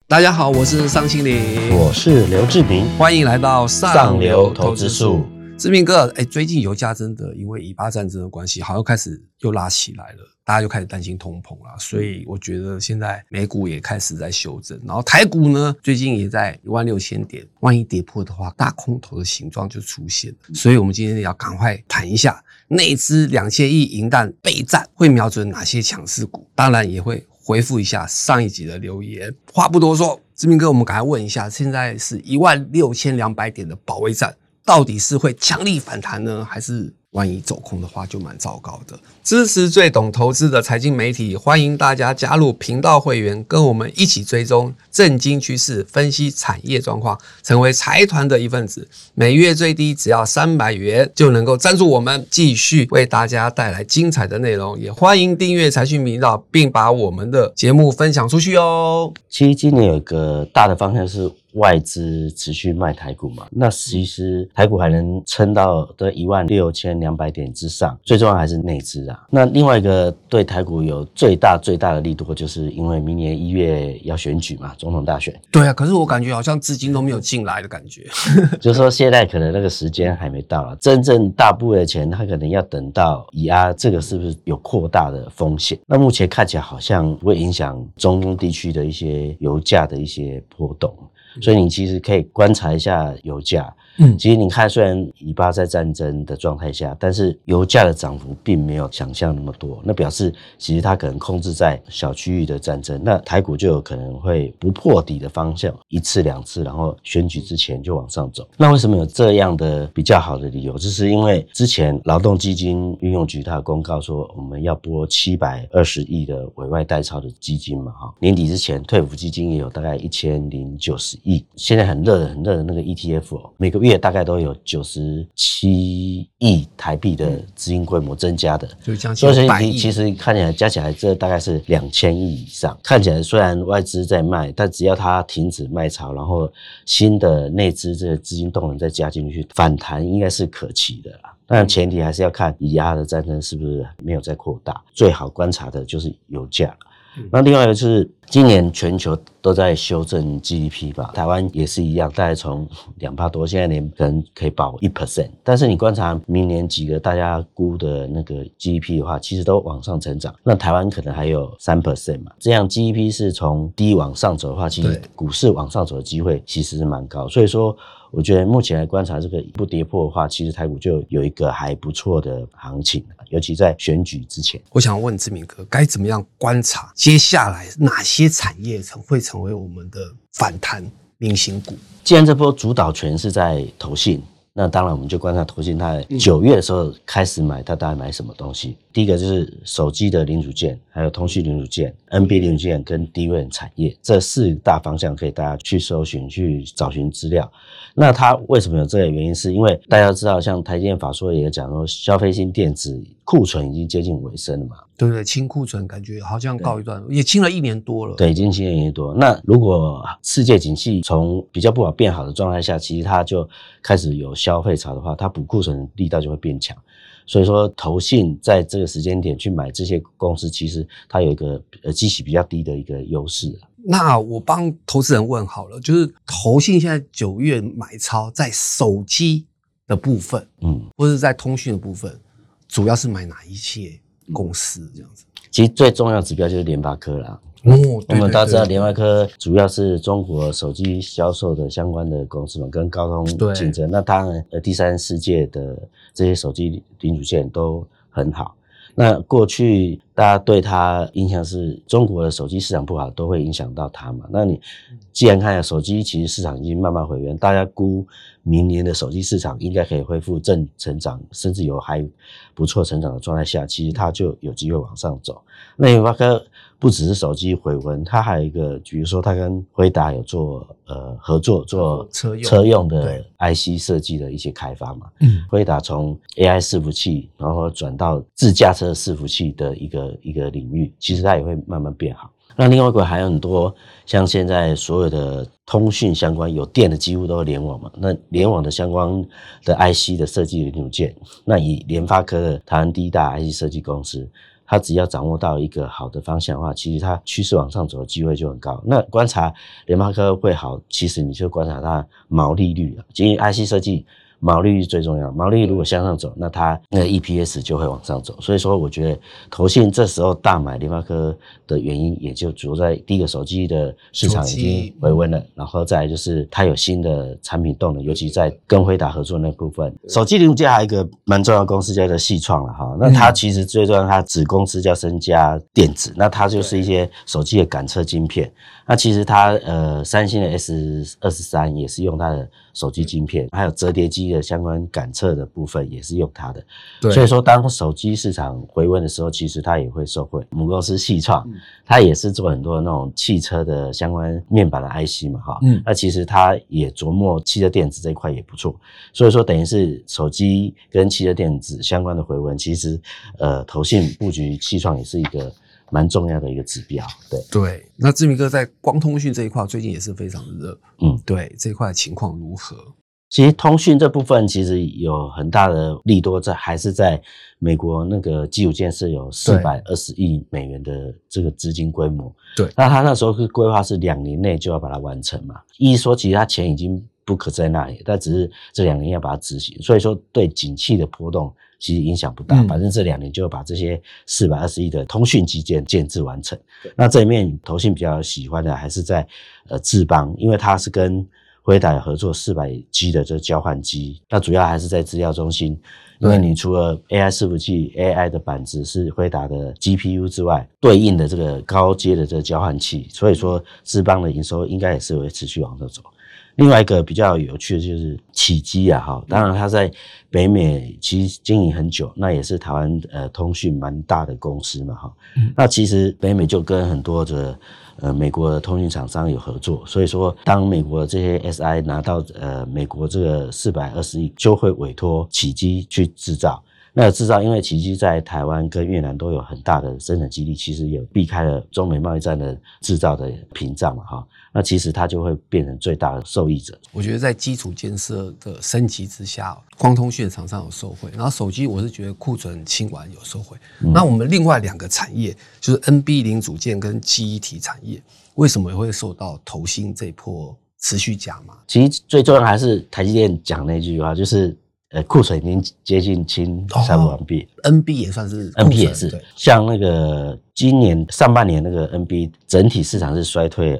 大家好，我是尚青林， 我是刘志平， 欢迎来到上流投资术。志平哥，最近油价真的因为以巴战争的关系，好像开始又拉起来了，大家就开始担心通膨了，所以我觉得现在美股也开始在修正，然后台股呢，最近也在16000点，万一跌破的话，大空头的形状就出现了，所以我们今天要赶快谈一下内资2000亿银弹备战会瞄准哪些强势股，当然也会回复一下上一集的留言。话不多说，志明哥，我们赶快问一下，现在是16200点的保卫战，到底是会强力反弹呢，还是万一走空的话就蛮糟糕的？支持最懂投资的财经媒体，欢迎大家加入频道会员，跟我们一起追踪政经趋势，分析产业状况，成为财团的一份子。每月最低只要300元，就能够赞助我们，继续为大家带来精彩的内容。也欢迎订阅财讯频道，并把我们的节目分享出去哦。 其实今年有一个大的方向是外资持续卖台股嘛，那其实台股还能撑到的16200点之上，最重要还是内资啊。那另外一个对台股有最大的利多，就是因为明年1月要选举嘛，总统大选。 对啊，可是我感觉好像资金都没有进来的感觉。 就是说现在可能那个时间还没到了，真正大部分的钱它可能要等到这个是不是有扩大的风险？那目前看起来好像不会影响中东地区的一些油价的一些波动。所以你其实可以观察一下油价。其实你看，虽然以巴在战争的状态下，但是油价的涨幅并没有想象那么多，那表示其实它可能控制在小区域的战争，那台股就有可能会不破底的方向1次2次，然后选举之前就往上走。那为什么有这样的比较好的理由？就是因为之前劳动基金运用局它有公告说我们要拨720亿的委外代操的基金嘛，年底之前退抚基金也有大概1090亿，现在很热的那个 ETF 每个月大概都有97亿台币的资金规模增加的， 就将近100亿。 其实看起来加起来这大概是2000亿以上。看起来虽然外资在卖，但只要它停止卖超，然后新的内资这个资金动能再加进去，反弹应该是可期的啦。当然前提还是要看以巴的战争是不是没有再扩大，最好观察的就是油价。那另外一个就是今年全球都在修正 GDP 吧，台湾也是一样，大概从2%多，现在连可能可以保 1%。但是你观察明年几个大家估的那个 GDP 的话，其实都往上成长，那台湾可能还有 3% 嘛，这样 GDP 是从低往上走的话，其实股市往上走的机会其实是蛮高。所以说我觉得目前来观察这个不跌破的话，其实台股就有一个还不错的行情，尤其在选举之前。 我想问志明哥，该怎么样观察接下来哪些产业会成为我们的反弹明星股？ 既然这波主导权是在投信，那当然我们就观察投信它9月的时候开始买，它大概买什么东西。第一个就是手机的零组件，还有通讯零组件、NBA 零组件跟DRAM产业，这4大方向可以大家去搜寻去找寻资料。那它为什么有这个原因，是因为大家知道像台积电法说也讲说消费性电子库存已经接近尾声了嘛， 对对，清库存感觉好像告一段落，也清了1年多了。 对，已经清了1年多。那如果世界景气从比较不好变好的状态下，其实它就开始有消费潮的话，它补库存的力道就会变强。所以说投信在这个时间点去买这些公司，其实它有一个基期比较低的一个优势。 那我帮投资人问好了，就是投信现在9月买超在手机的部分，或者在通讯的部分，主要是买哪一些公司这样子？ 其实最重要的指标就是联发科啦。我们大家知道联发科主要是中国手机销售的相关的公司嘛，跟高通竞争。那当然第三世界的这些手机零组件都很好。那过去大家对它印象是中国的手机市场不好，都会影响到它嘛。那你既然看手机其实市场已经慢慢回温，大家估明年的手机市场应该可以恢复正成长，甚至有还不错成长的状态下，其实它就有机会往上走。那联发科不只是手机回温，它还有一个，比如说它跟辉达有做合作做车用的 IC 设计的一些开发嘛。辉达从 AI 伺服器，然后转到自驾车伺服器的一个领域，其实它也会慢慢变好。那另外一个还有很多，像现在所有的通讯相关有电的几乎都是联网嘛，那联网的相关的 IC 的设计零组件，那以联发科的台湾第一大 IC 设计公司， 它只要掌握到一个好的方向的话，其实它趋势往上走的机会就很高。那观察联发科会好，其实你就观察它毛利率啊，因为 IC 设计毛利率最重要，毛利率如果向上走，那它那个 EPS 就会往上走。所以说我觉得投信这时候大买联发科的原因，也就主要在第一个手机的市场已经回温了，然后再来就是它有新的产品动能，尤其在跟辉达合作那部分。手机零组件还有一个蛮重要的公司叫做矽创了哈，那它其实最重要它子公司叫身家电子，那它就是一些手机的感测晶片。那其实它三星的 S23 也是用它的手机晶片，还有折叠机的相关感测的部分也是用它的。所以说当手机市场回温的时候，其实它也会受惠。母公司矽创，它也是做很多那种汽车的相关面板的 IC 嘛哈。那其实它也琢磨汽车电子这一块也不错。所以说等于是手机跟汽车电子相关的回温，其实投信布局矽创也是一个蛮重要的一个指标。 对，那志明哥在光通讯这一块最近也是非常的热。对，这一块情况如何？ 其实通讯这部分其实有很大的利多在，还是在美国那个基础建设有420亿美元的这个资金规模。 对， 那他那时候是规划是2年内就要把它完成嘛，意思说其实他钱已经不可在那里，但只是这2年要把它执行，所以说对景气的波动其实影响不大，反正这2年就要把这些420亿的通讯基建建制完成。那这里面投信比较喜欢的还是在智邦，因为它是跟辉达有合作400G 的这个交换机，那主要还是在资料中心，因为你除了 AI 伺服器 AI 的板子是辉达的 GPU 之外，对应的这个高阶的这个交换器，所以说智邦的营收应该也是会持续往上走。另外一个比较有趣的就是启基啊，当然它在北美其实经营很久，那也是台湾通讯蛮大的公司嘛哈。那其实北美就跟很多的美国的通讯厂商有合作，所以说当美国的这些 SI 拿到美国这个420亿，就会委托启基去制造。那制造因为启基在台湾跟越南都有很大的生产基地，其实也避开了中美贸易战的制造的屏障嘛哈。那其实它就会变成最大的受益者。 我觉得在基础建设的升级之下，光通讯的厂商有受惠，然后手机我是觉得库存清完有受惠。那我们另外2个产业就是 NB 零组件跟记忆体产业，为什么也会受到投信这一波持续加码？ 其实最重要还是台积电讲那句话，就是库存已经接近清拆完毕。 NB 也算是 ，NB 也是，像那个今年上半年那个 NB 整体市场是衰退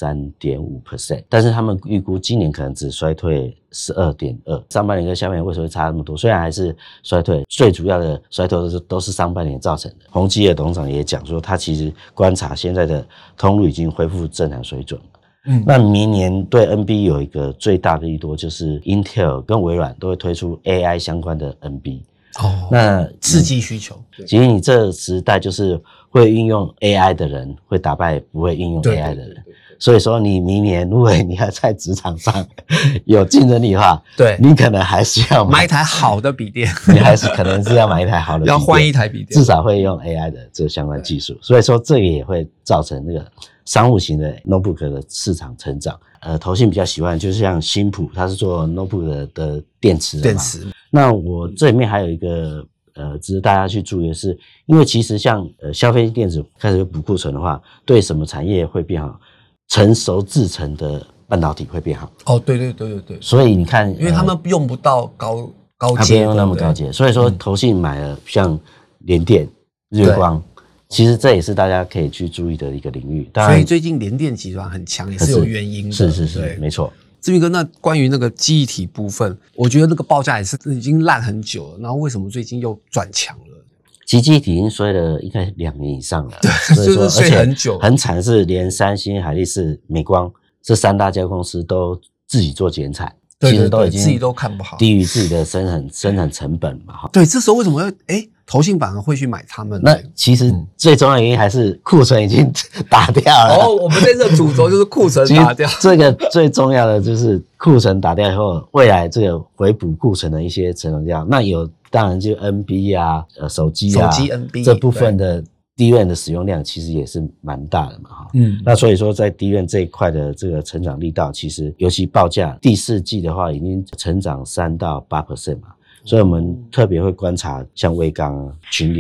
23.5%， 但是他们预估今年可能只衰退 12.2%。上半年跟下半年为什么会差那么多？虽然还是衰退，最主要的衰退都是上半年造成的。宏基的董事长也讲说，他其实观察现在的通路已经恢复正常水准了。那明年对 NB 有一个最大的利多，就是 Intel 跟微软都会推出 AI 相关的 NB。那刺激需求。 其实你这时代就是会运用 AI 的人会打败不会运用 AI 的人。所以说你明年如果你要在职场上有竞争力的话， 对， 你可能还是要买一台好的笔电， 你还是可能是要买一台好的笔电， 要换一台笔电， 至少会用 AI 的这个相关技术。所以说这个也会造成那个商务型的 notebook 的市场成长。投信比较喜欢就是像新普，它是做 notebook 的电池的嘛。那我这里面还有一个值得大家去注意的是，因为其实像消费电子开始补库存的话，对什么产业会变好？成熟制程的半导体会变好。 对。 所以你看， 因为他们用不到高阶， 他不用那么高阶，所以说投信买了像联电、日月光，其实这也是大家可以去注意的一个领域。当然， 所以最近联电集团很强也是有原因的。 是，没错。 志明哥，那关于那个记忆体部分，我觉得那个报价也是已经烂很久了，然后为什么最近又转强了？ 其实记忆体已经衰了应该2年以上了， 所以说而且很久， 很惨是连三星、海力士、美光这3大家公司都自己做减产，其实都已经自己都看不好， 低于自己的生产成本嘛。 对，这时候为什么会投信反而会去买他们？ 那其实最重要的原因还是库存已经打掉了。 我们这次的主轴就是库存打掉。 这个最重要的就是库存打掉以后，未来这个回补库存的一些成长量，那有当然就 NB 啊、手机 NB 这部分的DRAM的使用量其实也是蛮大的嘛哈。那所以说在DRAM这一块的这个成长力道，其实尤其报价第4季的话已经成长3到8% 嘛。所以我们特别会观察像威刚、群联，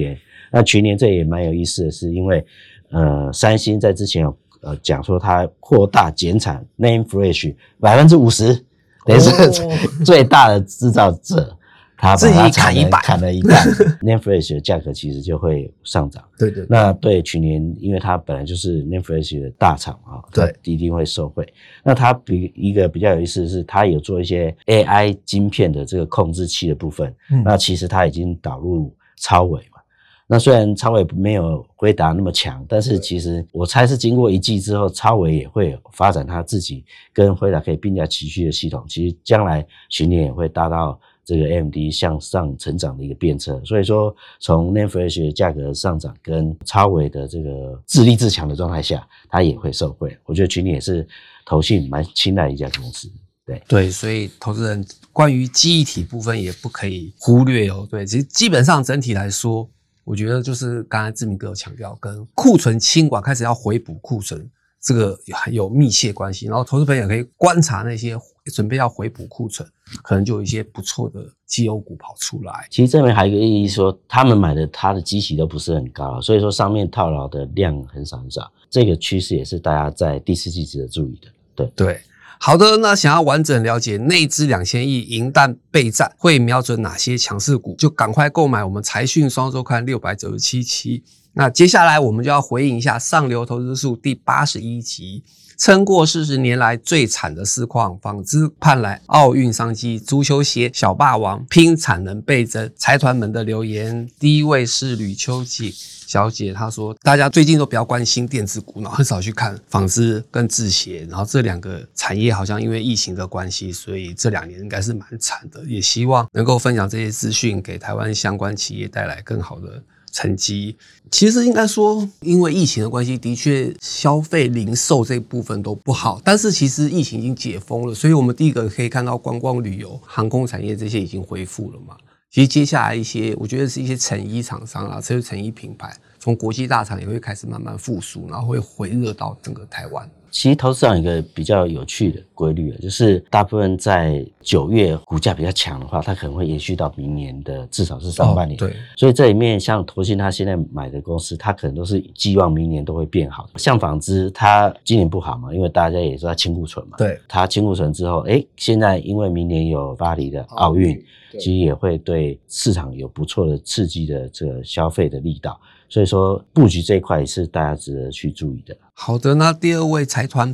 那群联这也蛮有意思的是，因为三星在之前有讲说它扩大减产 NAND Flash 50%，等于是最大的制造者。他把它砍了一半，NAND Flash 的价格其实就会上涨。 对， 那对群联，因为它本来就是 NAND Flash 的大厂啊，它一定会受惠。那它一个比较有意思的是，它有做一些 AI 晶片的这个控制器的部分。那其实它已经导入超微嘛。那虽然超微没有辉达那么强，但是其实我猜是经过一季之后，超微也会发展它自己跟辉达可以并驾齐驱的系统。其实将来群联也会达到这个 AMD 向上成长的一个便车，所以说从 NAND Flash 的价格上涨跟超微的这个自立自强的状态下，它也会受惠。我觉得群联也是投信蛮青睐的一家公司。 对，所以投资人关于记忆体部分也不可以忽略哦。对，其实基本上整体来说，我觉得就是刚才志明哥有强调，跟库存清管开始要回补库存，这个很有密切关系。然后投资朋友可以观察那些准备要回补库存，可能就有一些不错的绩优股跑出来。 其实这边还有一个意义说，他们买的它的基期都不是很高，所以说上面套牢的量很少，这个趋势也是大家在第四季值得注意的。 对。好的，那想要完整了解内资2000亿银弹备战会瞄准哪些强势股，就赶快购买我们财讯双周刊697期。那接下来我们就要回应一下上流投资术第81集，撑过40年来最惨的市况，纺织盼来奥运商机，足球鞋小霸王拼产能倍增。财团们的留言，第一位是吕秋瑾小姐，她说大家最近都比较关心电子股，然后很少去看纺织跟制鞋，然后这两个产业好像因为疫情的关系，所以这2年应该是蛮惨的，也希望能够分享这些资讯给台湾相关企业带来更好的成绩。其实应该说因为疫情的关系，的确消费零售这部分都不好，但是其实疫情已经解封了，所以我们第一个可以看到观光旅游、航空产业这些已经恢复了嘛。其实接下来一些我觉得是一些成衣厂商啦，这些成衣品牌从国际大厂也会开始慢慢复苏，然后会回热到整个台湾。 其实投资上有一个比较有趣的规律，就是大部分在9月股价比较强的话，它可能会延续到明年的至少是上半年。 对， 所以这里面像投信他现在买的公司，它可能都是寄望明年都会变好。像纺织，它今年不好嘛，因为大家也说它清库存嘛。 对， 它清库存之后，现在因为明年有巴黎的奥运，其实也会对市场有不错的刺激的这个消费的力道。所以说布局这一块也是大家值得去注意的。 好的，那第二位财团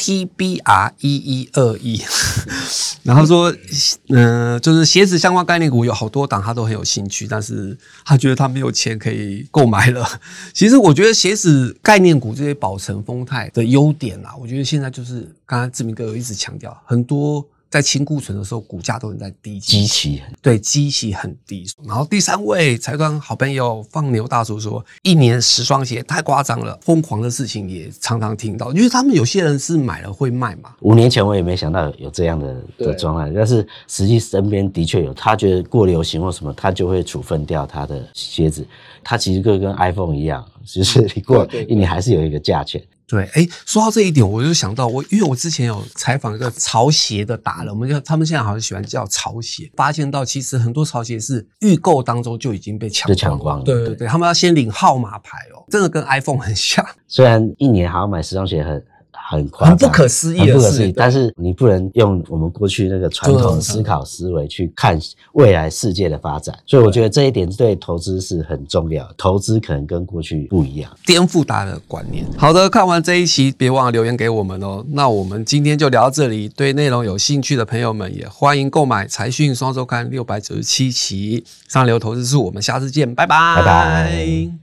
ETBR1121 然后说就是鞋子相关概念股有好多档他都很有兴趣，但是他觉得他没有钱可以购买了。其实我觉得鞋子概念股这些宝成、丰泰的优点啊，我觉得现在就是刚刚志明哥有一直强调，很多在清库存的时候股价都很在低基期，对，基期很低。然后第3位财团好朋友放牛大叔说，1年10双鞋太夸张了，疯狂的事情也常常听到，因为他们有些人是买了会卖嘛。 5年前我也没想到有这样的状态，但是实际身边的确有，他觉得过流行或什么，他就会处分掉他的鞋子。他其实跟 iPhone 一样，就是你过1年还是有一个价钱。 对，说到这一点，我就想到因为我之前有采访一个潮鞋的达人，他们现在好像喜欢叫潮鞋，发现到其实很多潮鞋是预购当中就已经被抢光了。对，他们要先领号码牌哦，真的跟 iPhone 很像。 虽然1年好像买10双鞋很夸张， 很不可思议的事， 但是你不能用我们过去那个传统思考思维去看未来世界的发展，所以我觉得这一点对投资是很重要，投资可能跟过去不一样， 颠覆大家的观念。好的，看完这一期别忘了留言给我们哦。那我们今天就聊到这里，对内容有兴趣的朋友们也欢迎购买财讯双周刊697期上流投资术，我们下次见，拜拜。